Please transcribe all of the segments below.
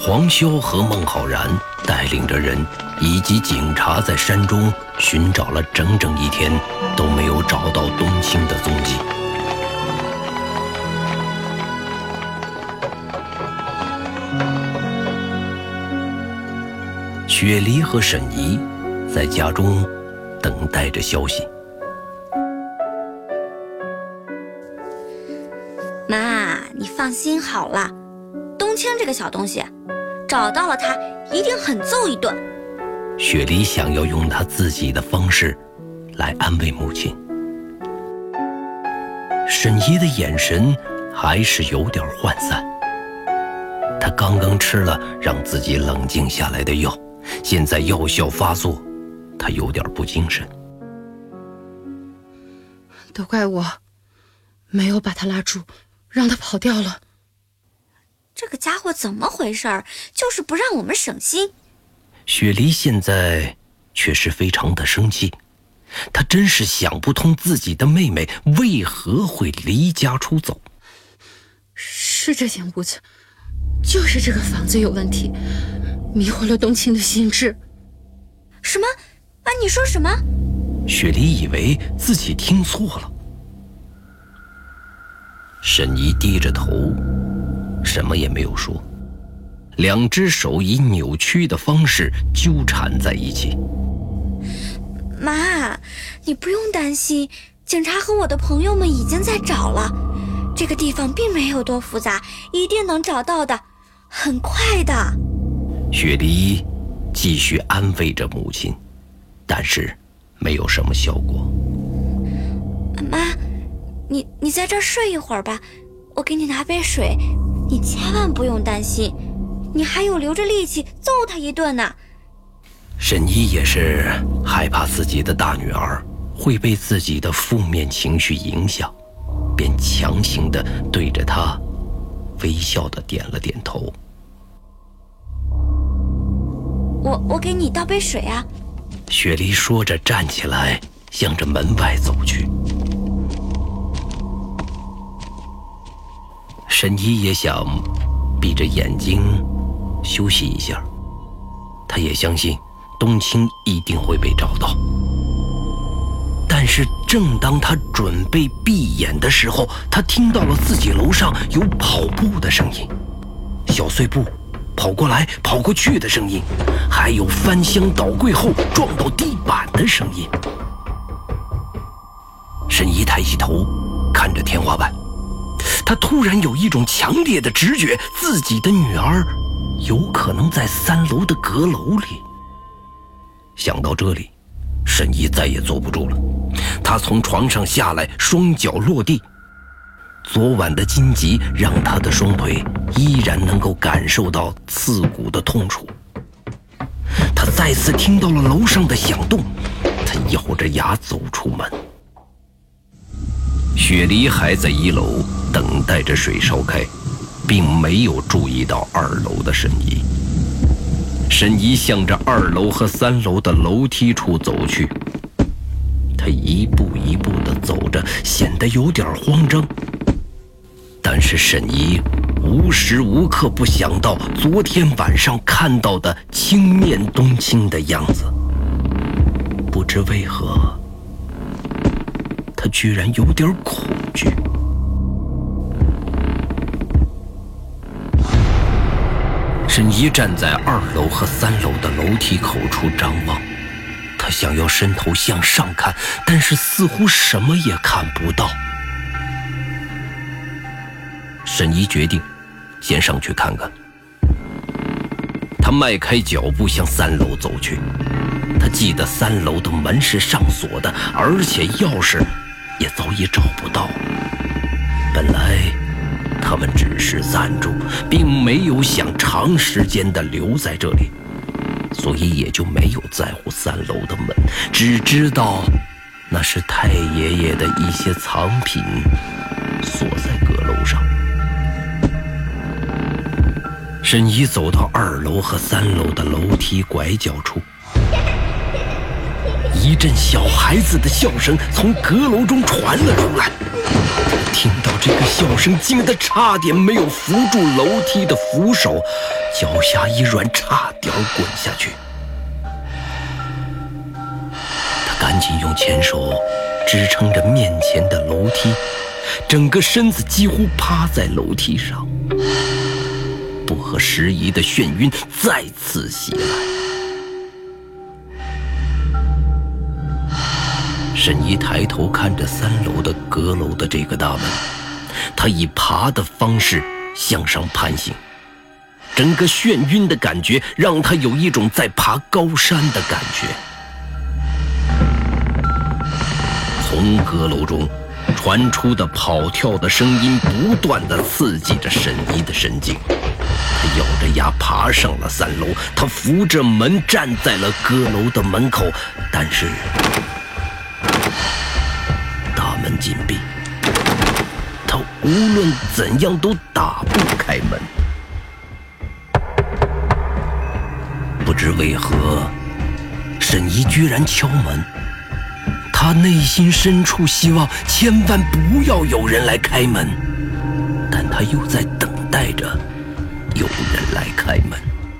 黄潇和孟浩然带领着人以及警察在山中寻找了整整一天，都没有找到冬青的踪迹。雪梨和沈怡在家中等待着消息。 妈，你放心好了，冬青这个小东西，找到了他一定狠揍一顿。 雪梨想要用她自己的方式来安慰母亲。沈怡的眼神还是有点涣散，她刚刚吃了让自己冷静下来的药，现在药效发作，她有点不精神。 都怪我没有把他拉住，让他跑掉了。 这个家伙怎么回事？就是不让我们省心。 雪梨现在却是非常的生气，她真是想不通自己的妹妹为何会离家出走。 是这间屋子，就是这个房子有问题，迷惑了冬青的心智。 什么？啊，你说什么？ 雪梨以为自己听错了。沈怡低着头，什么也没有说，两只手以扭曲的方式纠缠在一起。 妈，你不用担心，警察和我的朋友们已经在找了，这个地方并没有多复杂，一定能找到的，很快的。 雪梨继续安慰着母亲，但是没有什么效果。 妈，你在这儿睡一会儿吧，我给你拿杯水，你千万不用担心，你还有留着力气揍他一顿呢。 沈怡也是害怕自己的大女儿会被自己的负面情绪影响，便强行地对着她微笑地点了点头。 我给你倒杯水啊。 雪梨说着站起来，向着门外走去。沈怡也想闭着眼睛休息一下，她也相信冬青一定会被找到。但是正当她准备闭眼的时候，她听到了自己楼上有跑步的声音，小碎步跑过来跑过去的声音，还有翻箱倒柜后撞到地板的声音。沈怡抬起头看着天花板，她突然有一种强烈的直觉，自己的女儿有可能在3楼的阁楼里。想到这里，沈怡再也坐不住了，她从床上下来，双脚落地。昨晚的荆棘让她的双腿依然能够感受到刺骨的痛楚。她再次听到了楼上的响动，她咬着牙走出门。雪梨还在1楼等待着水烧开，并没有注意到2楼的沈怡。沈怡向着2楼和3楼的楼梯处走去，她一步一步地走着，显得有点慌张。但是沈怡无时无刻不想到昨天晚上看到的青面冬青的样子，不知为何，她居然有点恐惧。沈怡站在2楼和3楼的楼梯口处张望，她想要伸头向上看，但是似乎什么也看不到。沈怡决定先上去看看。她迈开脚步向3楼走去。她记得3楼的门是上锁的，而且钥匙也早已找不到。本来他们只是暂住，并没有想长时间地留在这里，所以也就没有在乎3楼的门，只知道那是太爷爷的一些藏品锁在阁楼上。沈怡走到2楼和3楼的楼梯拐角处， 一阵小孩子的笑声从阁楼中传了出来。听到这个笑声，惊得差点没有扶住楼梯的扶手，脚下一软，差点滚下去。他赶紧用前手支撑着面前的楼梯，整个身子几乎趴在楼梯上。不合时宜的眩晕再次袭来。沈怡抬头看着3楼的阁楼的这个大门，他以爬的方式向上攀行，整个眩晕的感觉让他有一种在爬高山的感觉。从阁楼中传出的跑跳的声音不断地刺激着沈怡的神经。他咬着牙爬上了3楼，他扶着门站在了阁楼的门口，但是大门紧闭，他无论怎样都打不开门。不知为何，沈怡居然敲门。他内心深处希望千万不要有人来开门，但他又在等待着有人来开门。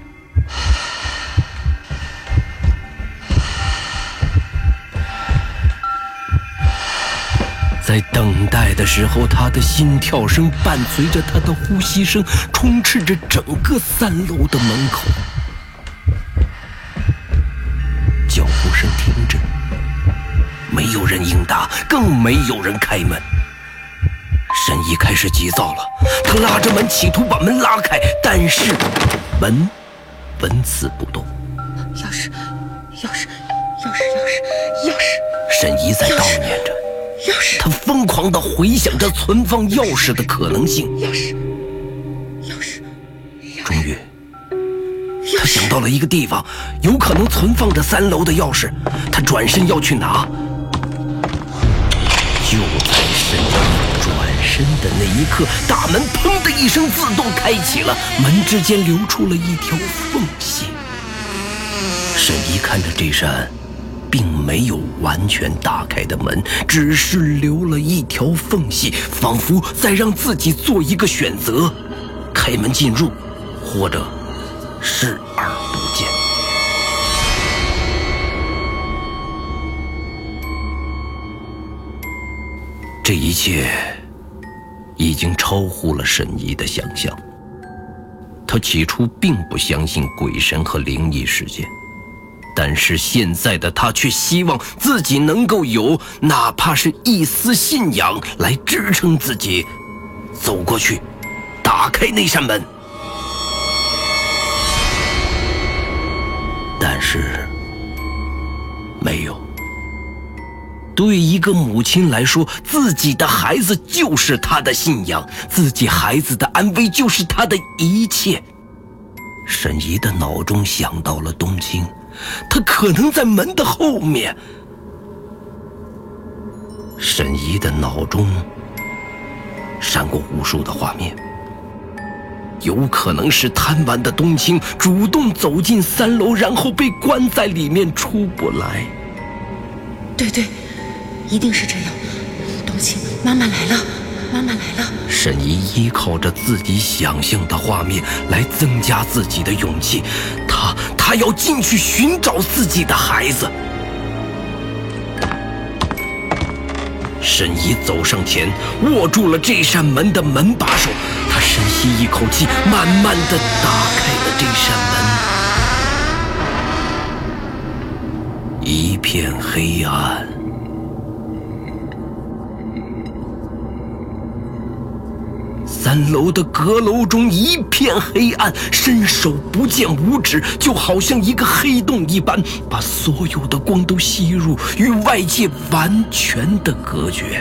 在等待的时候，他的心跳声伴随着他的呼吸声，充斥着整个3楼的门口。脚步声停止，没有人应答，更没有人开门。沈怡开始急躁了，他拉着门企图把门拉开，但是门纹丝不动。 钥匙！ 沈怡在悼念着， 钥匙！ 他疯狂地回想着存放钥匙的可能性。 钥匙！ 终于，他想到了一个地方，有可能存放着3楼的钥匙。他转身要去拿，就在沈怡转身的那一刻，大门砰的一声自动开启了，门之间流出了一条缝隙。沈怡看着这扇并没有完全打开的门，只是留了一条缝隙，仿佛在让自己做一个选择：开门进入，或者视而不见。这一切已经超乎了沈怡的想象。他起初并不相信鬼神和灵异事件，但是现在的他却希望自己能够有哪怕是一丝信仰来支撑自己走过去，打开那扇门。但是没有。对一个母亲来说，自己的孩子就是她的信仰，自己孩子的安危就是她的一切。沈怡的脑中想到了冬青，他可能在门的后面。沈怡的脑中闪过无数的画面，有可能是贪玩的冬青主动走进3楼，然后被关在里面出不来。 对，一定是这样。冬青，妈妈来了。 沈怡依靠着自己想象的画面来增加自己的勇气，他要进去寻找自己的孩子。沈怡走上前，握住了这扇门的门把手，他深吸一口气，慢慢地打开了这扇门。一片黑暗。3楼的阁楼中一片黑暗，伸手不见五指，就好像一个黑洞一般，把所有的光都吸入，与外界完全的隔绝。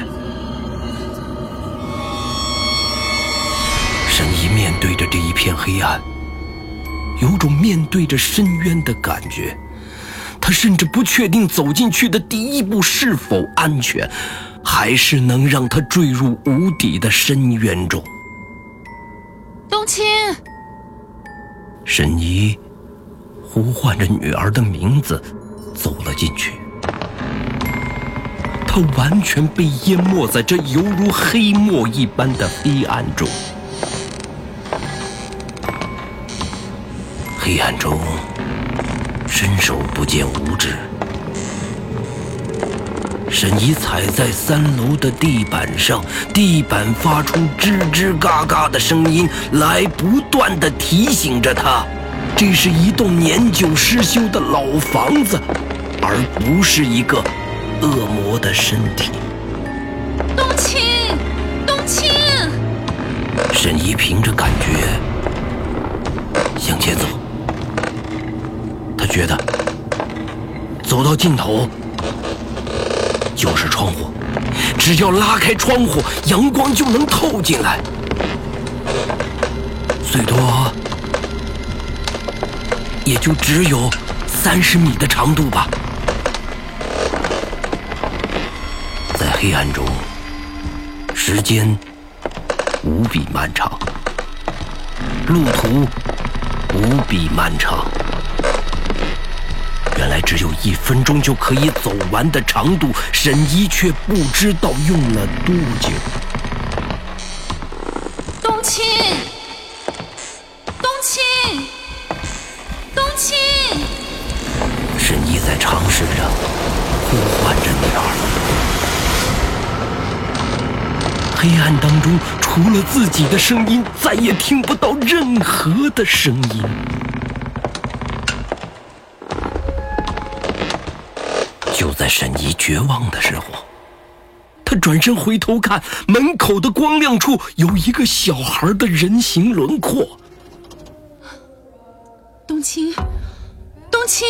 沈怡面对着这一片黑暗，有种面对着深渊的感觉。他甚至不确定走进去的第一步是否安全，还是能让他坠入无底的深渊中。 冬青， 沈怡呼唤着女儿的名字，走了进去。 他完全被淹没在这犹如黑墨一般的黑暗中。黑暗中，伸手不见五指。沈怡踩在3楼的地板上，地板发出吱吱嘎嘎的声音，来不断地提醒着他，这是一栋年久失修的老房子，而不是一个恶魔的身体。 冬青，冬青！ 沈怡凭着感觉向前走，他觉得走到尽头就是窗户，只要拉开窗户，阳光就能透进来，最多也就只有30米的长度吧。在黑暗中，时间无比漫长，路途无比漫长。原来只有1分钟就可以走完的长度，沈怡却不知道用了多久。 冬青，冬青，冬青！ 沈怡在尝试着呼唤着女儿。黑暗当中，除了自己的声音，再也听不到任何的声音。就在沈怡绝望的时候，他转身回头看，门口的光亮处有一个小孩的人形轮廓。 冬青，冬青！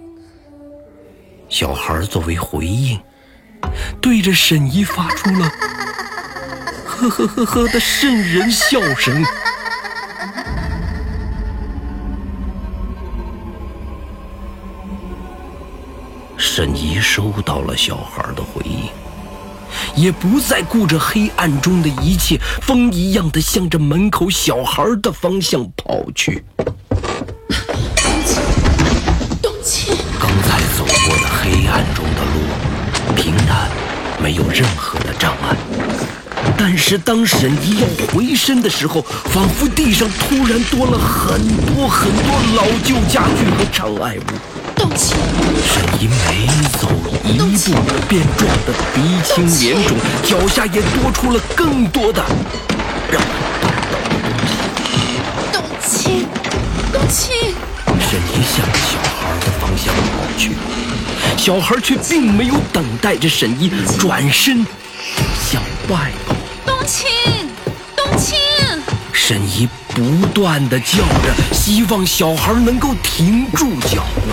小孩作为回应，对着沈怡发出了呵呵呵呵的瘆人笑声。沈怡收到了小孩的回应，也不再顾着黑暗中的一切，风一样的向着门口小孩的方向跑去。 冬青， 刚才走过的黑暗中的路平坦，没有任何的障碍。但是当沈怡要回身的时候，仿佛地上突然多了很多很多老旧家具和障碍物。 冬青， 沈怡每走一步便撞得鼻青脸肿，脚下也多出了更多的让人绊倒的东西。 冬青！ 沈怡向小孩的方向跑去，小孩却并没有等待着沈怡，转身向外跑。 冬青，冬青！ 沈怡不断地叫着，希望小孩能够停住脚步。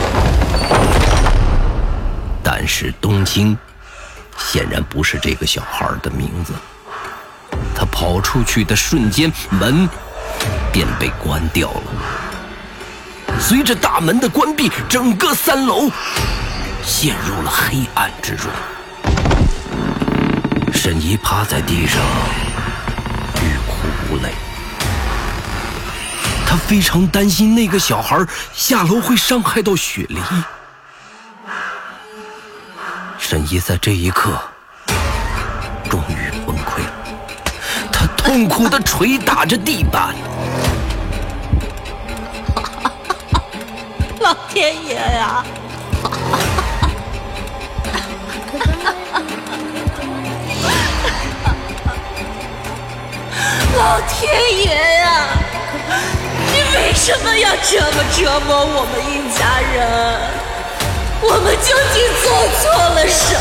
但是冬青显然不是这个小孩的名字。他跑出去的瞬间，门便被关掉了。随着大门的关闭，整个3楼陷入了黑暗之中。沈怡趴在地上，欲哭无泪。他非常担心那个小孩下楼会伤害到雪梨。沈怡在这一刻终于崩溃了，他痛苦地捶打着地板。 老天爷呀！老天爷呀！你为什么要这么折磨我们一家人？我们究竟做错了什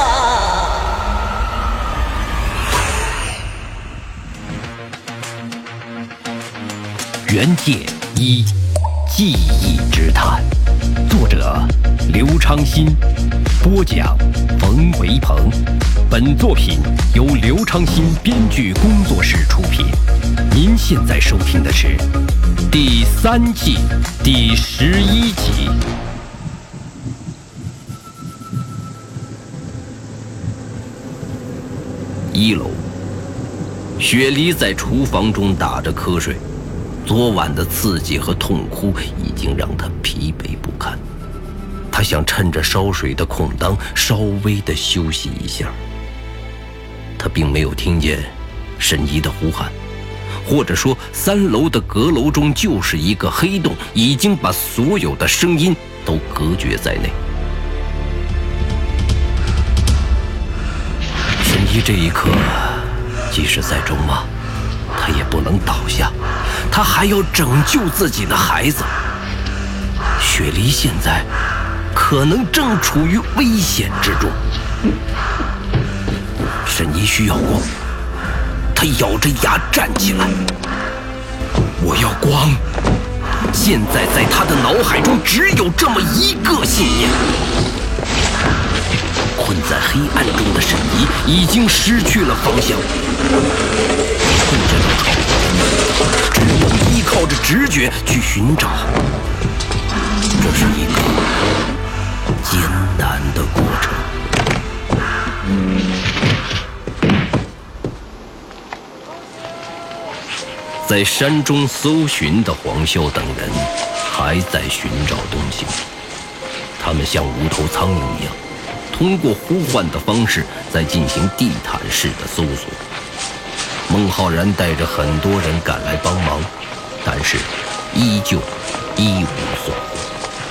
么？原界1，记忆之谈，作者刘昌新，播讲冯维鹏。本作品由刘昌新编剧工作室出品。您现在收听的是第3季第11集。1楼，雪梨在厨房中打着瞌睡，昨晚的刺激和痛哭已经让她疲惫不堪。 他想趁着烧水的空当稍微的休息一下。他并没有听见沈怡的呼喊，或者说3楼的阁楼中就是一个黑洞，已经把所有的声音都隔绝在内。沈怡这一刻即使在中骂，他也不能倒下，他还要拯救自己的孩子。雪梨现在可能正处于危险之中。沈怡需要光，他咬着牙站起来。我要光。现在在他的脑海中只有这么一个信念。困在黑暗中的沈怡已经失去了方向，冲着那窗户，只能依靠着直觉去寻找。这是一个艰难的过程。在山中搜寻的黄潇等人还在寻找东西，他们像无头苍蝇一样，通过呼唤的方式在进行地毯式的搜索。孟浩然带着很多人赶来帮忙，但是依旧一无所获。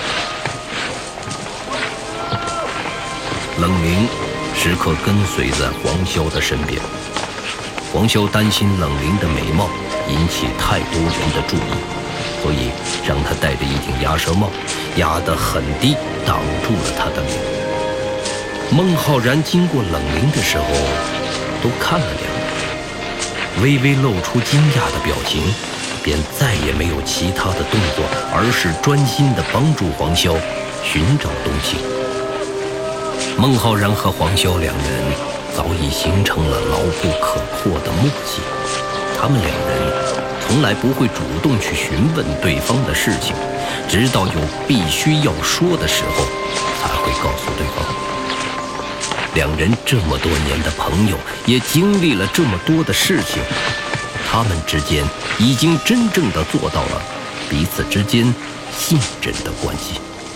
冷凝时刻跟随在黄潇的身边，黄潇担心冷凝的美貌引起太多人的注意，所以让他戴着一顶鸭舌帽，压得很低，挡住了他的脸。孟浩然经过冷凝的时候都看了2眼，微微露出惊讶的表情，便再也没有其他的动作，而是专心地帮助黄潇寻找东西。孟浩然和黄潇2人早已形成了牢不可破的默契，他们2人从来不会主动去询问对方的事情，直到有必须要说的时候才会告诉对方。2人这么多年的朋友，也经历了这么多的事情，他们之间已经真正的做到了彼此之间信任的关系。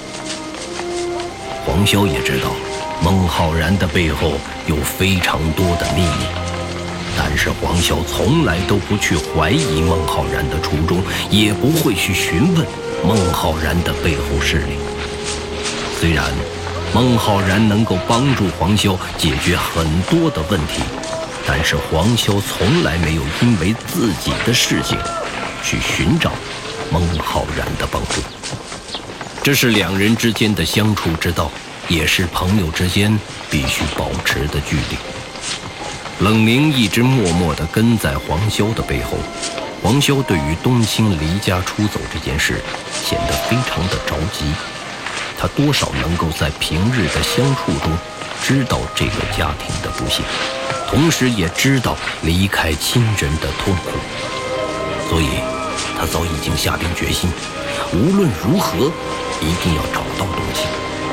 黄潇也知道孟浩然的背后有非常多的秘密，但是黄潇从来都不去怀疑孟浩然的初衷，也不会去询问孟浩然的背后势力。虽然孟浩然能够帮助黄潇解决很多的问题，但是黄潇从来没有因为自己的事情去寻找孟浩然的帮助。这是2人之间的相处之道，也是朋友之间必须保持的距离。冷凝一直默默地跟在黄潇的背后，黄潇对于冬青离家出走这件事显得非常的着急，他多少能够在平日的相处中知道这个家庭的不幸，同时也知道离开亲人的痛苦，所以他早已经下定决心，无论如何一定要找到东西。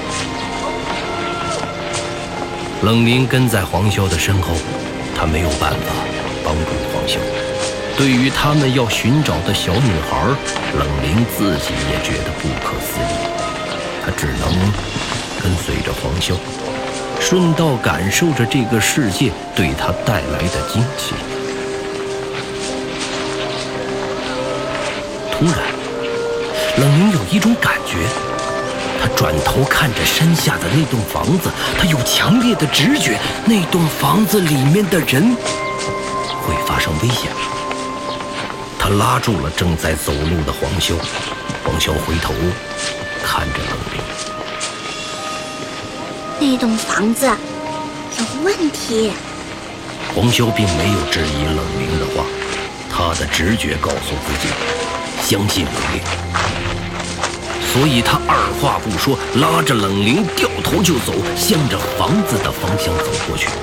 冷凝跟在黄潇的身后，他没有办法帮助黄潇。对于他们要寻找的小女孩，冷凝自己也觉得不可思议，他只能跟随着黄潇，顺道感受着这个世界对他带来的惊奇。突然，冷凝有一种感觉，他转头看着山下的那栋房子，他有强烈的直觉，那栋房子里面的人会发生危险。他拉住了正在走路的黄潇，黄潇回头看着冷凝。 那栋房子有问题。 黄潇并没有质疑冷凝的话，他的直觉告诉自己，相信冷凝，所以他二话不说，拉着冷凝掉头就走，向着房子的方向走过去。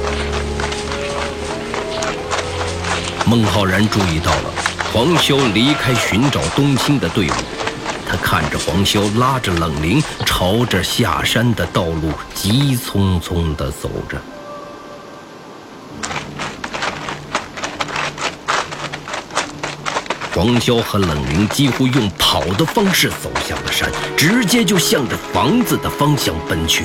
孟浩然注意到了黄潇离开寻找冬青的队伍，他看着黄潇拉着冷凝朝着下山的道路急匆匆地走着。 黄潇和冷灵几乎用跑的方式走下了山，直接就向着房子的方向奔去。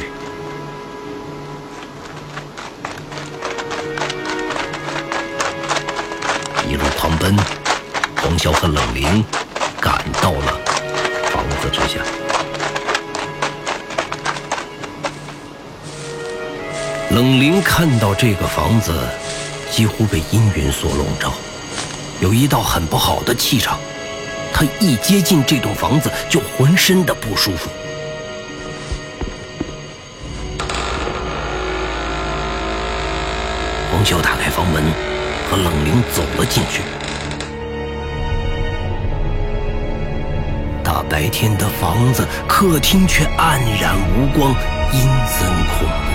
一路狂奔，黄潇和冷灵赶到了房子之下。冷灵看到这个房子几乎被阴云所笼罩，有一道很不好的气场，他一接近这栋房子就浑身的不舒服。黄潇打开房门，和冷灵走了进去。大白天的房子，客厅却黯然无光，阴森恐怖。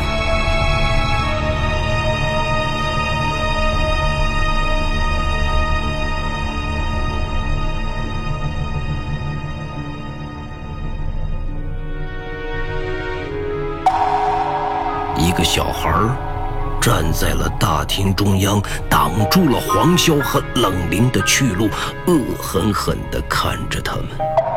一个小孩站在了大厅中央，挡住了黄潇和冷灵的去路，恶狠狠地看着他们。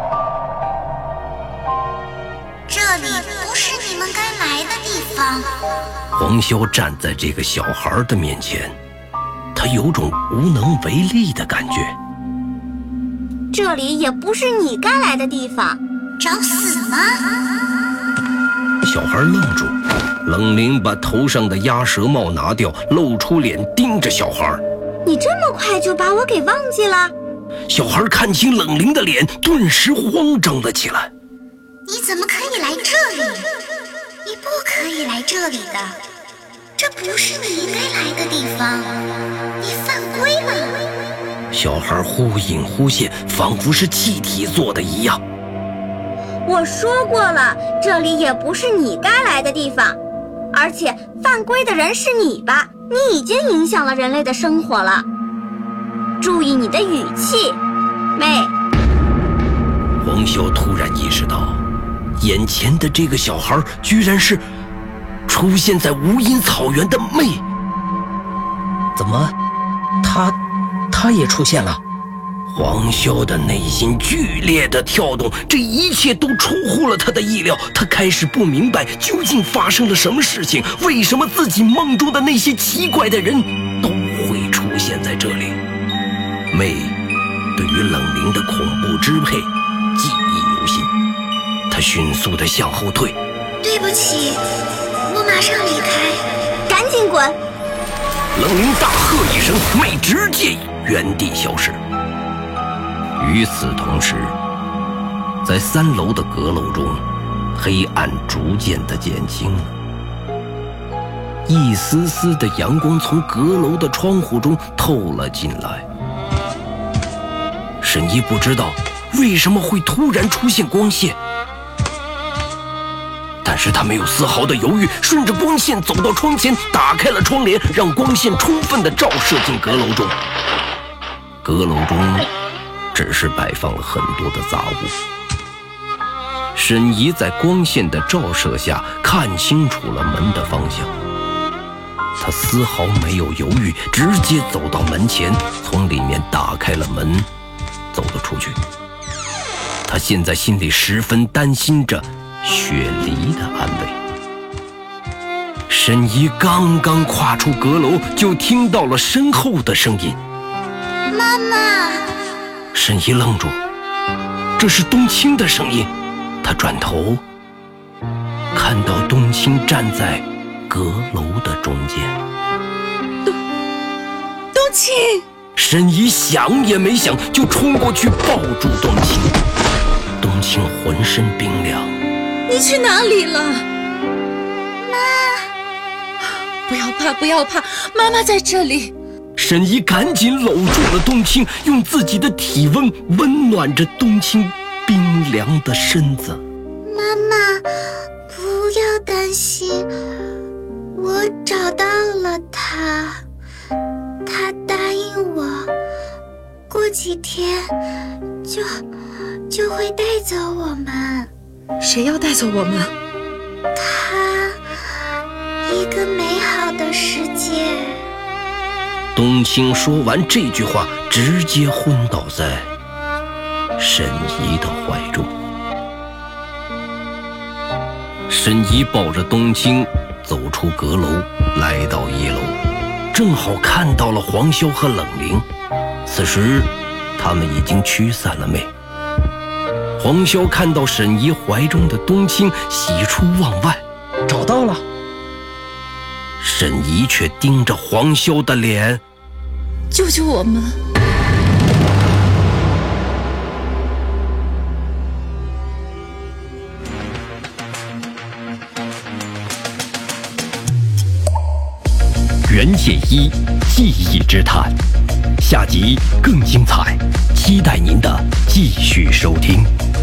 这里不是你们该来的地方。 黄潇站在这个小孩的面前，他有种无能为力的感觉。 这里也不是你该来的地方。 找死吗？ 小孩愣住，冷灵把头上的鸭舌帽拿掉，露出脸盯着小孩。 你这么快就把我给忘记了？ 小孩看清冷灵的脸，顿时慌张了起来。 你怎么可以来这里？你不可以来这里的，这不是你应该来的地方，你犯规了。 小孩忽隐忽现，仿佛是气体做的一样。 我说过了，这里也不是你该来的地方，而且犯规的人是你吧？你已经影响了人类的生活了。注意你的语气，妹。 黄潇突然意识到，眼前的这个小孩居然是出现在无垠草原的妹。 怎么，他也出现了？ 黄潇的内心剧烈的跳动，这一切都出乎了他的意料。他开始不明白究竟发生了什么事情，为什么自己梦中的那些奇怪的人都会出现在这里。妹对于冷灵的恐怖支配记忆犹新，他迅速地向后退。 对不起，我马上离开。 赶紧滚！ 冷灵大喝一声，妹直接原地消失。与此同时，在3楼的阁楼中，黑暗逐渐地减轻了，一丝丝的阳光从阁楼的窗户中透了进来。沈一不知道为什么会突然出现光线，但是他没有丝毫的犹豫，顺着光线走到窗前，打开了窗帘，让光线充分地照射进阁楼中。阁楼中只是摆放了很多的杂物。沈怡在光线的照射下看清楚了门的方向，他丝毫没有犹豫，直接走到门前，从里面打开了门，走了出去。他现在心里十分担心着雪梨的安危。沈怡刚刚跨出阁楼，就听到了身后的声音：“ 妈妈！” 沈怡愣住，这是冬青的声音。他转头，看到冬青站在阁楼的中间。 冬青！ 沈怡想也没想就冲过去抱住冬青。冬青浑身冰凉。 你去哪里了？ 妈！ 不要怕，不要怕，妈妈在这里。 沈怡赶紧搂住了冬青，用自己的体温温暖着冬青冰凉的身子。 妈妈，不要担心，我找到了他，他答应我，过几天就会带走我们。 谁要带走我们？ 他，一个美好的世界。 冬青说完这句话，直接昏倒在沈怡的怀中。沈怡抱着冬青走出阁楼，来到1楼，正好看到了黄潇和冷灵。此时他们已经驱散了魅。黄潇看到沈怡怀中的冬青，喜出望外， 找到了。 沈怡却盯着黄潇的脸， 救救我们！ 袁解一记忆之谈，下集更精彩，期待您的继续收听。